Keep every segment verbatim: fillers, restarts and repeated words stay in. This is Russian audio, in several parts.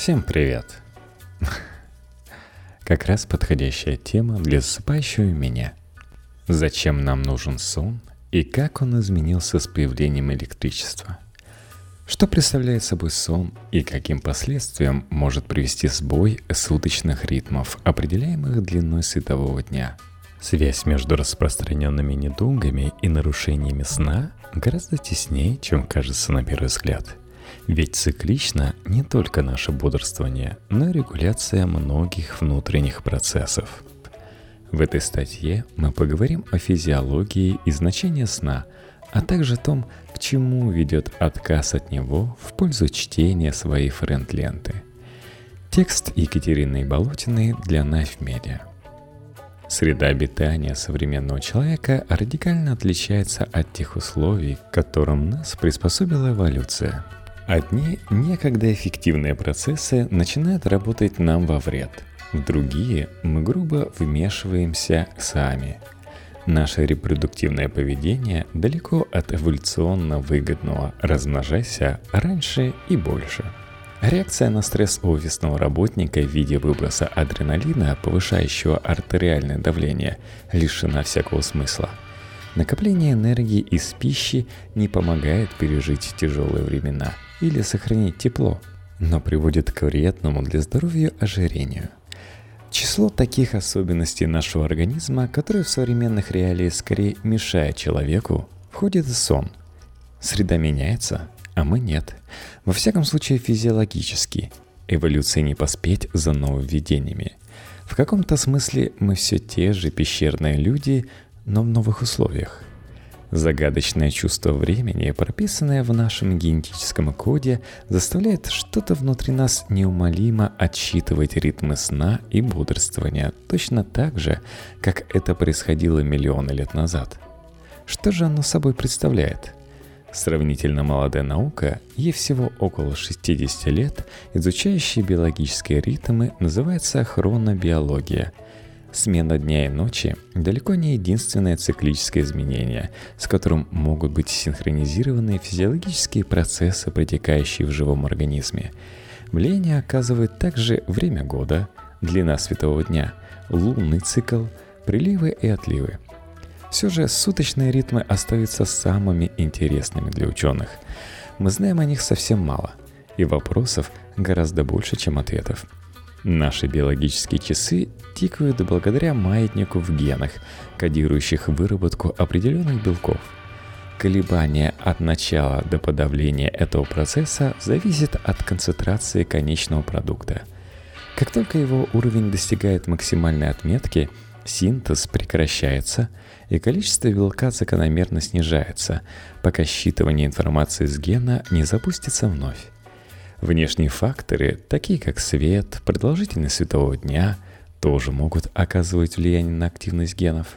Всем привет! Как раз подходящая тема для засыпающего меня. Зачем нам нужен сон и как он изменился с появлением электричества? Что представляет собой сон и каким последствиям может привести сбой суточных ритмов, определяемых длиной светового дня? Связь между распространенными недугами и нарушениями сна гораздо теснее, чем кажется на первый взгляд. Ведь циклично не только наше бодрствование, но и регуляция многих внутренних процессов. В этой статье мы поговорим о физиологии и значении сна, а также о том, к чему ведет отказ от него в пользу чтения своей френд-ленты. Текст Екатерины Болотиной для Knife Media. Среда обитания современного человека радикально отличается от тех условий, к которым нас приспособила эволюция. Одни некогда эффективные процессы начинают работать нам во вред, в другие мы грубо вмешиваемся сами. Наше репродуктивное поведение далеко от эволюционно выгодного «размножайся раньше и больше». Реакция на стресс офисного работника в виде выброса адреналина, повышающего артериальное давление, лишена всякого смысла. Накопление энергии из пищи не помогает пережить тяжелые времена или сохранить тепло, но приводит к вредному для здоровья ожирению. В число таких особенностей нашего организма, которые в современных реалиях скорее мешают человеку, входит и сон. Среда меняется, а мы нет. Во всяком случае физиологически. Эволюции не поспеть за нововведениями. В каком-то смысле мы все те же пещерные люди, но в новых условиях. Загадочное чувство времени, прописанное в нашем генетическом коде, заставляет что-то внутри нас неумолимо отсчитывать ритмы сна и бодрствования, точно так же, как это происходило миллионы лет назад. Что же оно собой представляет? Сравнительно молодая наука, ей всего около шестьдесят лет, изучающая биологические ритмы, называется хронобиология. Смена дня и ночи – далеко не единственное циклическое изменение, с которым могут быть синхронизированы физиологические процессы, протекающие в живом организме. Влияние оказывает также время года, длина светового дня, лунный цикл, приливы и отливы. Все же суточные ритмы остаются самыми интересными для ученых. Мы знаем о них совсем мало, и вопросов гораздо больше, чем ответов. Наши биологические часы тикают благодаря маятнику в генах, кодирующих выработку определенных белков. Колебания от начала до подавления этого процесса зависят от концентрации конечного продукта. Как только его уровень достигает максимальной отметки, синтез прекращается, и количество белка закономерно снижается, пока считывание информации с гена не запустится вновь. Внешние факторы, такие как свет, продолжительность светового дня, тоже могут оказывать влияние на активность генов.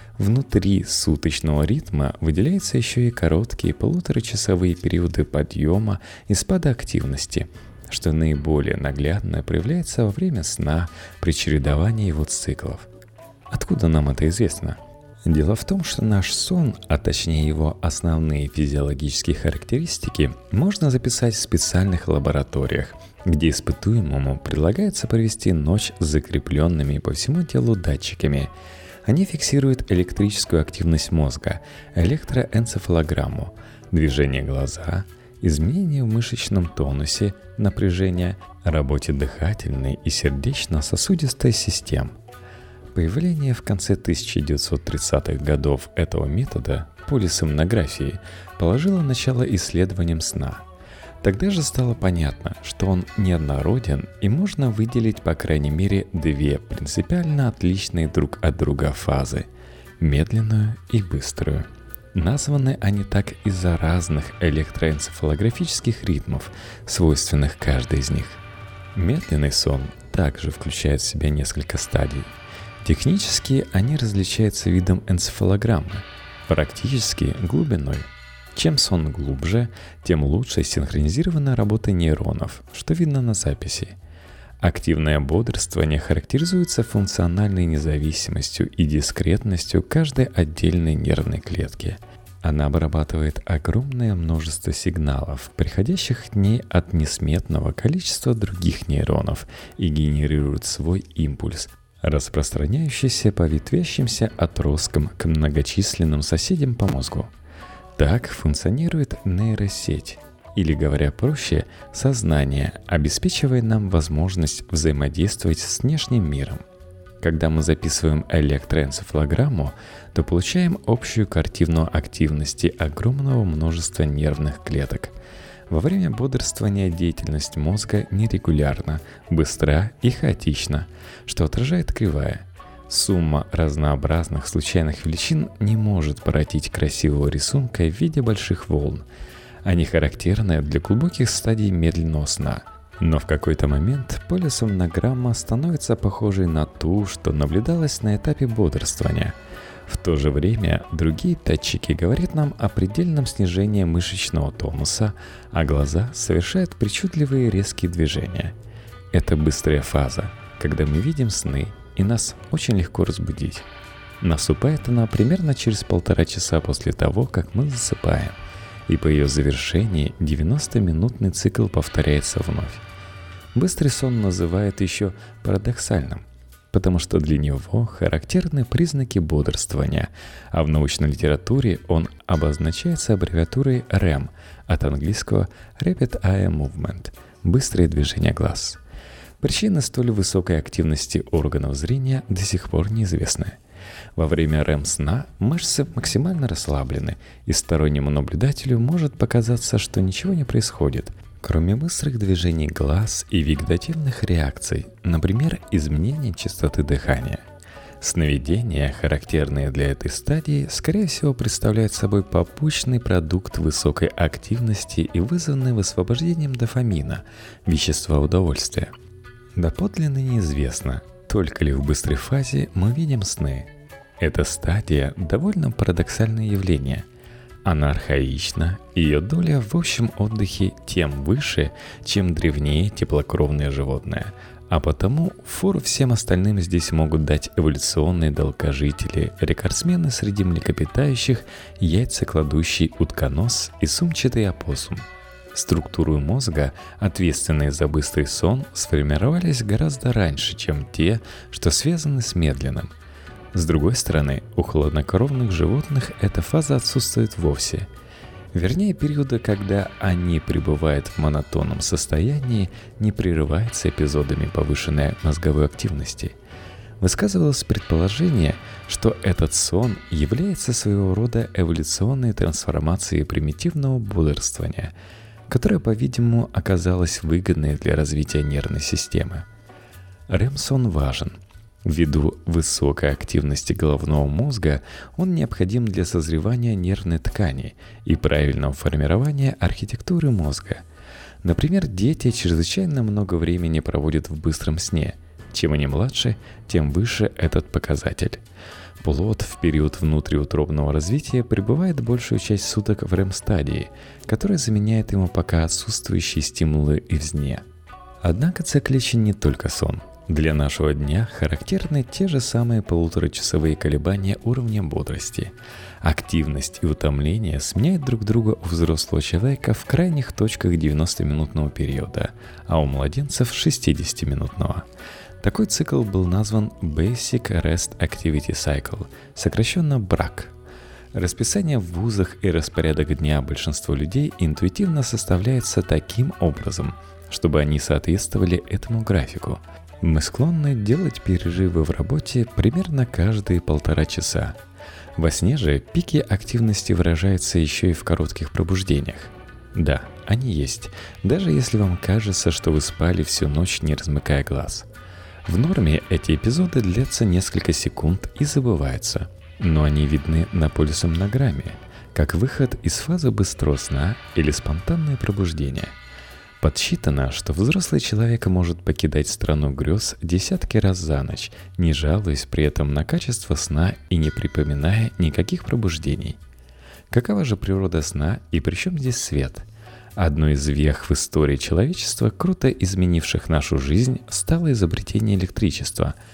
Внутри суточного ритма выделяются еще и короткие полуторачасовые периоды подъема и спада активности, что наиболее наглядно проявляется во время сна при чередовании его циклов. Откуда нам это известно? Дело в том, что наш сон, а точнее его основные физиологические характеристики, можно записать в специальных лабораториях, где испытуемому предлагается провести ночь с закрепленными по всему телу датчиками. Они фиксируют электрическую активность мозга, электроэнцефалограмму, движение глаза, изменения в мышечном тонусе, напряжение, работе дыхательной и сердечно-сосудистой систем. Появление в конце тысяча девятьсот тридцатых годов этого метода, полисомнографии, положило начало исследованиям сна. Тогда же стало понятно, что он неоднороден и можно выделить по крайней мере две принципиально отличные друг от друга фазы – медленную и быструю. Названы они так из-за разных электроэнцефалографических ритмов, свойственных каждой из них. Медленный сон также включает в себя несколько стадий. Технически они различаются видом энцефалограммы, практически глубиной. Чем сон глубже, тем лучше синхронизирована работа нейронов, что видно на записи. Активное бодрствование характеризуется функциональной независимостью и дискретностью каждой отдельной нервной клетки. Она обрабатывает огромное множество сигналов, приходящих к ней от несметного количества других нейронов, и генерирует свой импульс, распространяющийся по ветвящимся отросткам к многочисленным соседям по мозгу. Так функционирует нейросеть, или, говоря проще, сознание, обеспечивая нам возможность взаимодействовать с внешним миром. Когда мы записываем электроэнцефалограмму, то получаем общую картину активности огромного множества нервных клеток. Во время бодрствования деятельность мозга нерегулярна, быстра и хаотична, что отражает кривая. Сумма разнообразных случайных величин не может породить красивого рисунка в виде больших волн. Они характерны для глубоких стадий медленного сна. Но в какой-то момент полисомнограмма становится похожей на ту, что наблюдалось на этапе бодрствования. В то же время другие датчики говорят нам о предельном снижении мышечного тонуса, а глаза совершают причудливые резкие движения. Это быстрая фаза, когда мы видим сны, и нас очень легко разбудить. Наступает она примерно через полтора часа после того, как мы засыпаем, и по ее завершении девяностоминутный цикл повторяется вновь. Быстрый сон называют еще парадоксальным, потому что для него характерны признаки бодрствования, а в научной литературе он обозначается аббревиатурой рэм от английского Rapid Eye Movement – быстрое движение глаз. Причины столь высокой активности органов зрения до сих пор неизвестны. Во время рэм-сна мышцы максимально расслаблены, и стороннему наблюдателю может показаться, что ничего не происходит, кроме быстрых движений глаз и вегетативных реакций, например, изменения частоты дыхания. Сновидения, характерные для этой стадии, скорее всего представляют собой побочный продукт высокой активности и вызванный высвобождением дофамина, вещества удовольствия. Доподлинно неизвестно, только ли в быстрой фазе мы видим сны. Эта стадия довольно парадоксальное явление. Она архаична, и ее доля в общем отдыхе тем выше, чем древнее теплокровное животное, а потому фору всем остальным здесь могут дать эволюционные долгожители, рекордсмены среди млекопитающих, яйцекладущий утконос и сумчатый опоссум. Структуры мозга, ответственные за быстрый сон, сформировались гораздо раньше, чем те, что связаны с медленным. С другой стороны, у хладнокровных животных эта фаза отсутствует вовсе. Вернее, периоды, когда они пребывают в монотонном состоянии, не прерываются эпизодами повышенной мозговой активности. Высказывалось предположение, что этот сон является своего рода эволюционной трансформацией примитивного бодрствования, которая, по-видимому, оказалась выгодной для развития нервной системы. рэм-сон важен. Ввиду высокой активности головного мозга он необходим для созревания нервной ткани и правильного формирования архитектуры мозга. Например, дети чрезвычайно много времени проводят в быстром сне. Чем они младше, тем выше этот показатель. Плод в период внутриутробного развития пребывает большую часть суток в рэм-стадии, которая заменяет ему пока отсутствующие стимулы извне. Однако цикличен не только сон. Для нашего дня характерны те же самые полуторачасовые колебания уровня бодрости. Активность и утомление сменяют друг друга у взрослого человека в крайних точках девяностоминутного периода, а у младенцев шестидесятиминутного. Такой цикл был назван Basic Rest Activity Cycle, сокращенно брак. Расписание в вузах и распорядок дня большинства людей интуитивно составляется таким образом, чтобы они соответствовали этому графику. Мы склонны делать перерывы в работе примерно каждые полтора часа. Во сне же пики активности выражаются еще и в коротких пробуждениях. Да, они есть, даже если вам кажется, что вы спали всю ночь, не размыкая глаз. В норме эти эпизоды длятся несколько секунд и забываются, но они видны на полисомнограмме, как выход из фазы быстрого сна или спонтанное пробуждение. Подсчитано, что взрослый человек может покидать страну грез десятки раз за ночь, не жалуясь при этом на качество сна и не припоминая никаких пробуждений. Какова же природа сна и при чем здесь свет? Одной из вех в истории человечества, круто изменивших нашу жизнь, стало изобретение электричества.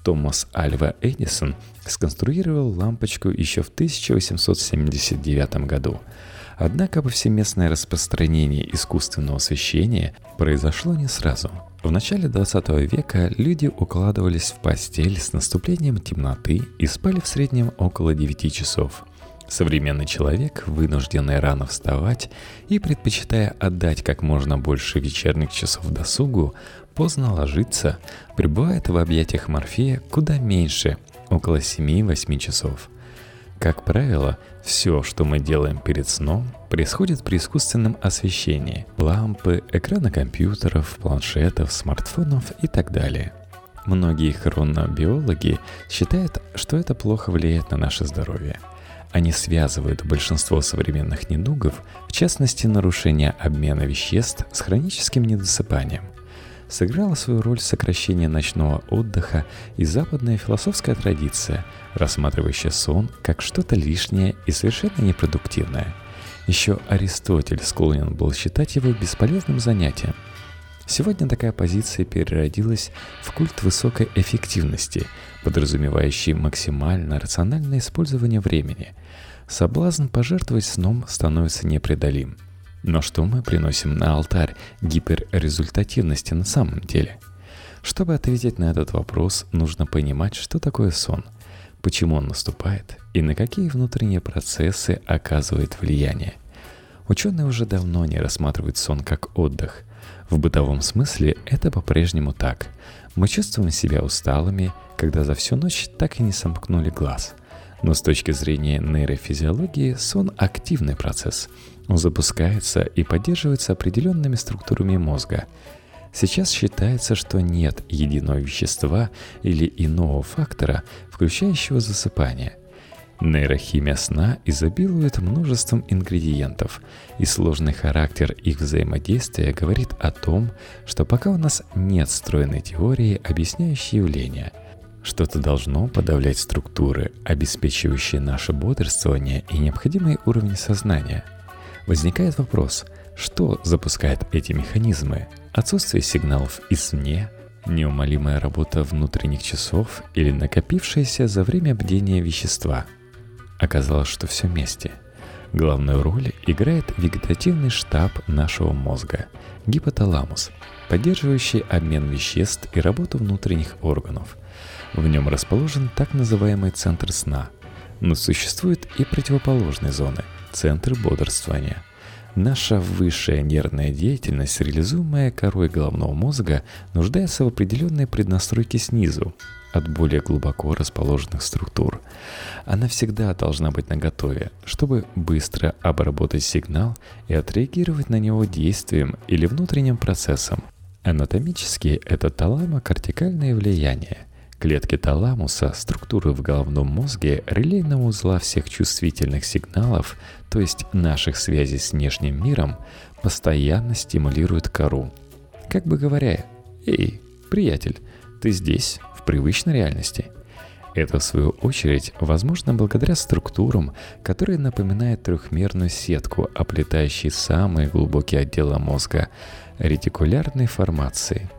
Томас Альва Эдисон сконструировал лампочку еще в тысяча восемьсот семьдесят девятом году. Однако повсеместное распространение искусственного освещения произошло не сразу. В начале двадцатого века люди укладывались в постель с наступлением темноты и спали в среднем около девяти часов. Современный человек, вынужденный рано вставать и предпочитая отдать как можно больше вечерних часов досугу, поздно ложится, пребывает в объятиях Морфея куда меньше, около семи-восьми часов. Как правило, все, что мы делаем перед сном, происходит при искусственном освещении – лампы, экрана компьютеров, планшетов, смартфонов и так далее. Многие хронобиологи считают, что это плохо влияет на наше здоровье. Они связывают большинство современных недугов, в частности нарушение обмена веществ, с хроническим недосыпанием. Сыграла свою роль сокращение ночного отдыха и западная философская традиция, рассматривающая сон как что-то лишнее и совершенно непродуктивное. Еще Аристотель склонен был считать его бесполезным занятием. Сегодня такая позиция переродилась в культ высокой эффективности, подразумевающий максимально рациональное использование времени. Соблазн пожертвовать сном становится непреодолим. Но что мы приносим на алтарь гиперрезультативности на самом деле? Чтобы ответить на этот вопрос, нужно понимать, что такое сон, почему он наступает и на какие внутренние процессы оказывает влияние. Ученые уже давно не рассматривают сон как отдых. В бытовом смысле это по-прежнему так. Мы чувствуем себя усталыми, когда за всю ночь так и не сомкнули глаз. Но с точки зрения нейрофизиологии сон – активный процесс. Он запускается и поддерживается определенными структурами мозга. Сейчас считается, что нет единого вещества или иного фактора, включающего засыпание. Нейрохимия сна изобилует множеством ингредиентов, и сложный характер их взаимодействия говорит о том, что пока у нас нет стройной теории, объясняющей явления, что-то должно подавлять структуры, обеспечивающие наше бодрствование и необходимые уровни сознания. Возникает вопрос, что запускает эти механизмы? Отсутствие сигналов извне, неумолимая работа внутренних часов или накопившееся за время бдения вещества? Оказалось, что все вместе. Главную роль играет вегетативный штаб нашего мозга – гипоталамус, поддерживающий обмен веществ и работу внутренних органов. В нем расположен так называемый центр сна. Но существуют и противоположные зоны – центр бодрствования. Наша высшая нервная деятельность, реализуемая корой головного мозга, нуждается в определенной преднастройке снизу, от более глубоко расположенных структур. Она всегда должна быть наготове, чтобы быстро обработать сигнал и отреагировать на него действием или внутренним процессом. Анатомически это таламо-кортикальное влияние. Клетки таламуса, структуры в головном мозге, релейного узла всех чувствительных сигналов, то есть наших связей с внешним миром, постоянно стимулируют кору. Как бы говоря: «Эй, приятель, ты здесь, в привычной реальности». Это, в свою очередь, возможно благодаря структурам, которые напоминают трехмерную сетку, оплетающей самые глубокие отделы мозга – ретикулярной формации.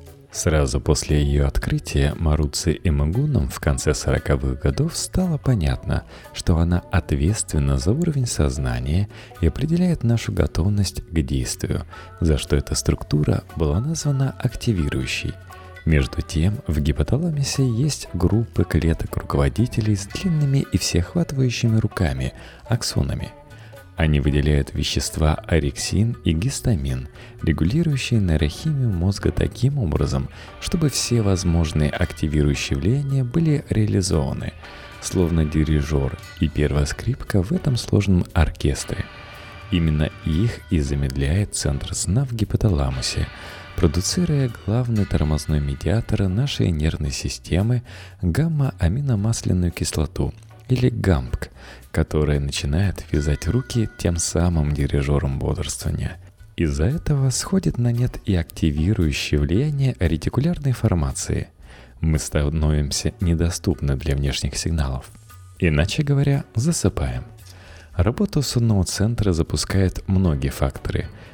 Сразу после ее открытия Маруци Имагуном в конце сороковых годов стало понятно, что она ответственна за уровень сознания и определяет нашу готовность к действию, за что эта структура была названа активирующей. Между тем, в гипоталамусе есть группы клеток-руководителей с длинными и всеохватывающими руками – аксонами. Они выделяют вещества орексин и гистамин, регулирующие нейрохимию мозга таким образом, чтобы все возможные активирующие влияния были реализованы, словно дирижер и первая скрипка в этом сложном оркестре. Именно их и замедляет центр сна в гипоталамусе, продуцируя главный тормозной медиатор нашей нервной системы – гамма-аминомасляную кислоту, или гамбк, которая начинает вязать руки тем самым дирижером бодрствования. Из-за этого сходит на нет и активирующее влияние ретикулярной формации. Мы становимся недоступны для внешних сигналов. Иначе говоря, засыпаем. Работу сонного центра запускают многие факторы.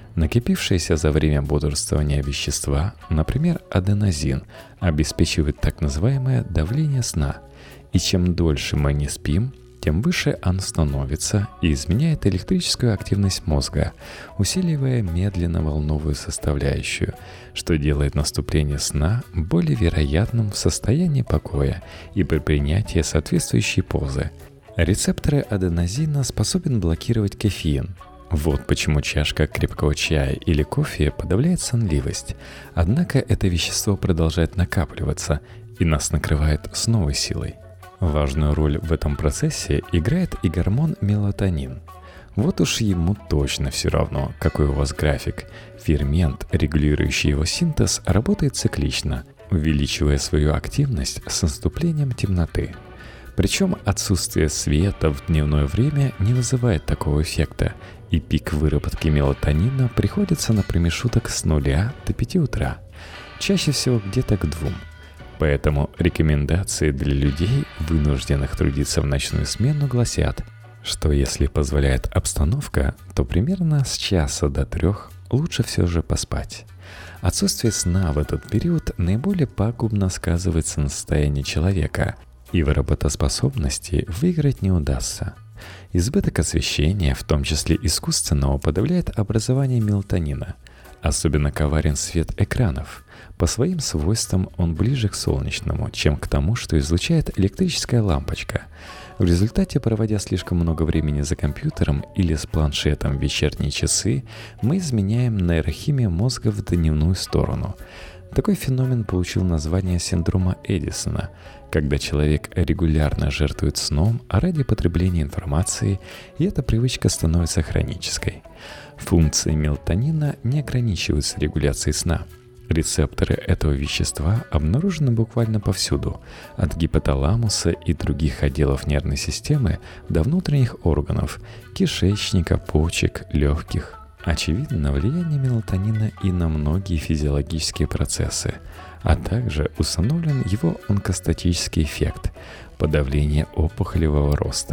Накопившиеся за время бодрствования вещества, например, аденозин, обеспечивают так называемое давление сна. И чем дольше мы не спим, тем выше оно становится и изменяет электрическую активность мозга, усиливая медленно-волновую составляющую, что делает наступление сна более вероятным в состоянии покоя и при принятии соответствующей позы. Рецепторы аденозина способен блокировать кофеин. Вот почему чашка крепкого чая или кофе подавляет сонливость. Однако это вещество продолжает накапливаться и нас накрывает с новой силой. Важную роль в этом процессе играет и гормон мелатонин. Вот уж ему точно все равно, какой у вас график. Фермент, регулирующий его синтез, работает циклично, увеличивая свою активность с наступлением темноты. Причем отсутствие света в дневное время не вызывает такого эффекта, и пик выработки мелатонина приходится на промежуток с нуля до пяти утра, чаще всего где-то к двум. Поэтому рекомендации для людей, вынужденных трудиться в ночную смену, гласят, что если позволяет обстановка, то примерно с часа до трех лучше все же поспать. Отсутствие сна в этот период наиболее пагубно сказывается на состоянии человека, и в работоспособности выиграть не удастся. Избыток освещения, в том числе искусственного, подавляет образование мелатонина. Особенно коварен свет экранов. По своим свойствам он ближе к солнечному, чем к тому, что излучает электрическая лампочка. В результате, проводя слишком много времени за компьютером или с планшетом в вечерние часы, мы изменяем нейрохимию мозга в дневную сторону. Такой феномен получил название синдрома Эдисона, когда человек регулярно жертвует сном ради потребления информации, и эта привычка становится хронической. Функции мелатонина не ограничиваются регуляцией сна. Рецепторы этого вещества обнаружены буквально повсюду, от гипоталамуса и других отделов нервной системы до внутренних органов – кишечника, почек, легких. Очевидно влияние мелатонина и на многие физиологические процессы, а также установлен его онкостатический эффект – подавление опухолевого роста.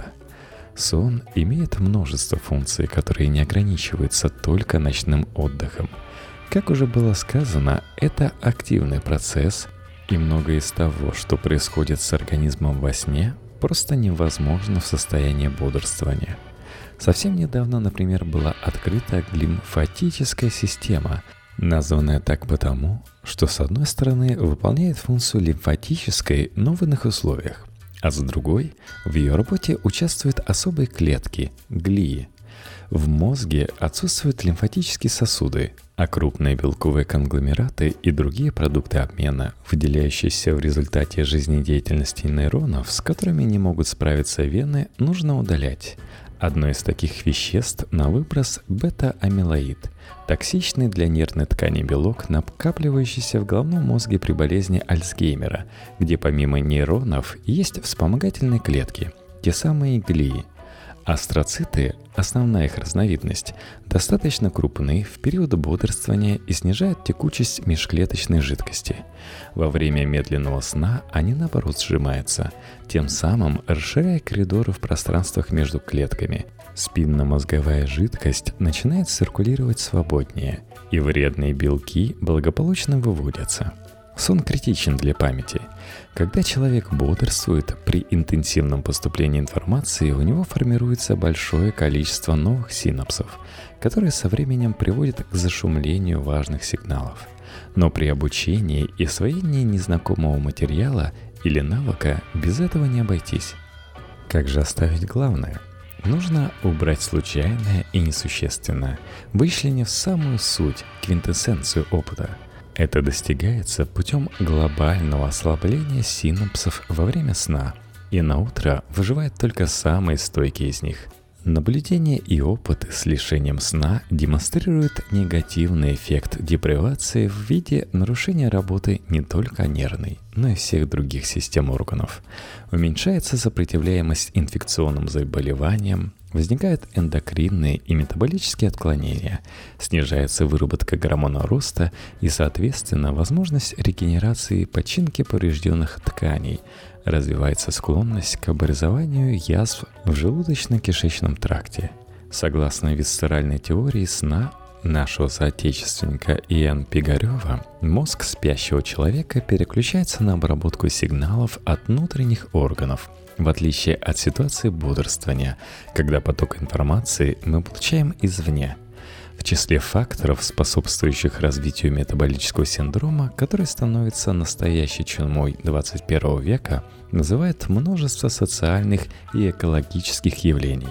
Сон имеет множество функций, которые не ограничиваются только ночным отдыхом. Как уже было сказано, это активный процесс, и многое из того, что происходит с организмом во сне, просто невозможно в состоянии бодрствования. Совсем недавно, например, была открыта лимфатическая система, названная так потому, что с одной стороны выполняет функцию лимфатической, но в иных условиях, а с другой в ее работе участвуют особые клетки – глии. В мозге отсутствуют лимфатические сосуды, а крупные белковые конгломераты и другие продукты обмена, выделяющиеся в результате жизнедеятельности нейронов, с которыми не могут справиться вены, нужно удалять. Одно из таких веществ на выброс – бета-амилоид, токсичный для нервной ткани белок, накапливающийся в головном мозге при болезни Альцгеймера, где помимо нейронов есть вспомогательные клетки, те самые глии. Астроциты, основная их разновидность, достаточно крупны в период бодрствования и снижают текучесть межклеточной жидкости. Во время медленного сна они наоборот сжимаются, тем самым расширяя коридоры в пространствах между клетками. Спинномозговая жидкость начинает циркулировать свободнее, и вредные белки благополучно выводятся. Сон критичен для памяти. Когда человек бодрствует, при интенсивном поступлении информации у него формируется большое количество новых синапсов, которые со временем приводят к зашумлению важных сигналов. Но при обучении и освоении незнакомого материала или навыка без этого не обойтись. Как же оставить главное? Нужно убрать случайное и несущественное, вычленив самую суть, квинтэссенцию опыта. Это достигается путем глобального ослабления синапсов во время сна, и на утро выживают только самые стойкие из них. Наблюдения и опыты с лишением сна демонстрируют негативный эффект депривации в виде нарушения работы не только нервной, но и всех других систем органов. Уменьшается сопротивляемость инфекционным заболеваниям, возникают эндокринные и метаболические отклонения, снижается выработка гормона роста и, соответственно, возможность регенерации и починки поврежденных тканей, развивается склонность к образованию язв в желудочно-кишечном тракте. Согласно висцеральной теории сна, нашего соотечественника И Н Пигарева, мозг спящего человека переключается на обработку сигналов от внутренних органов, в отличие от ситуации бодрствования, когда поток информации мы получаем извне. В числе факторов, способствующих развитию метаболического синдрома, который становится настоящей чумой двадцать первого века, называют множество социальных и экологических явлений.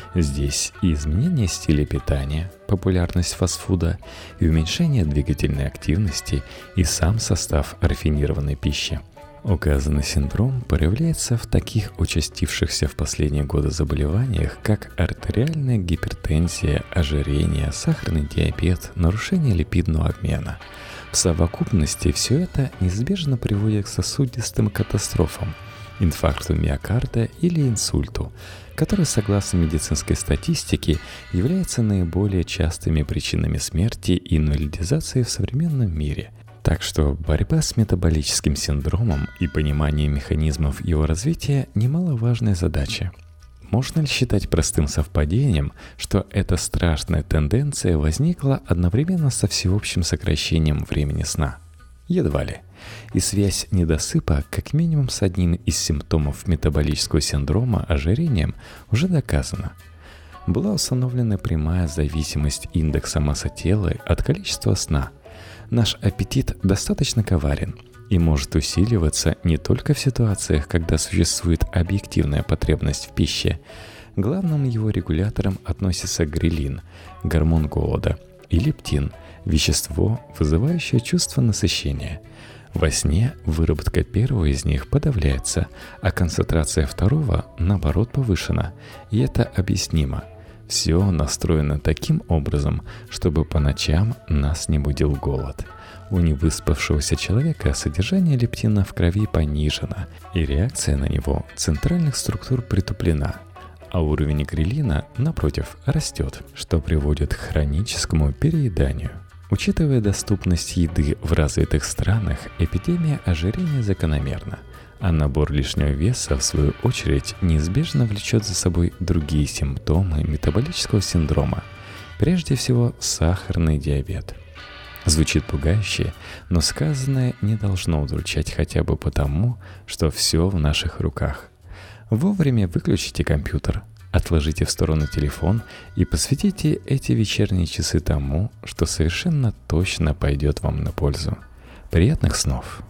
Здесь и изменение стиля питания, популярность фастфуда, и уменьшение двигательной активности, и сам состав рафинированной пищи. Указанный синдром проявляется в таких участившихся в последние годы заболеваниях, как артериальная гипертензия, ожирение, сахарный диабет, нарушение липидного обмена. В совокупности все это неизбежно приводит к сосудистым катастрофам, инфаркту миокарда или инсульту, которые, согласно медицинской статистике, являются наиболее частыми причинами смерти и инвалидизации в современном мире. Так что борьба с метаболическим синдромом и понимание механизмов его развития – немаловажная задача. Можно ли считать простым совпадением, что эта страшная тенденция возникла одновременно со всеобщим сокращением времени сна? Едва ли. И связь недосыпа как минимум с одним из симптомов метаболического синдрома – ожирением – уже доказана. Была установлена прямая зависимость индекса массы тела от количества сна. Наш аппетит достаточно коварен и может усиливаться не только в ситуациях, когда существует объективная потребность в пище. Главным его регулятором относится грелин, гормон голода, и лептин, вещество, вызывающее чувство насыщения. Во сне выработка первого из них подавляется, а концентрация второго, наоборот, повышена, и это объяснимо. Все настроено таким образом, чтобы по ночам нас не будил голод. У невыспавшегося человека содержание лептина в крови понижено, и реакция на него центральных структур притуплена, а уровень грелина, напротив, растет, что приводит к хроническому перееданию. Учитывая доступность еды в развитых странах, эпидемия ожирения закономерна. А набор лишнего веса, в свою очередь, неизбежно влечет за собой другие симптомы метаболического синдрома. Прежде всего, сахарный диабет. Звучит пугающе, но сказанное не должно удручать хотя бы потому, что все в наших руках. Вовремя выключите компьютер, отложите в сторону телефон и посвятите эти вечерние часы тому, что совершенно точно пойдет вам на пользу. Приятных снов!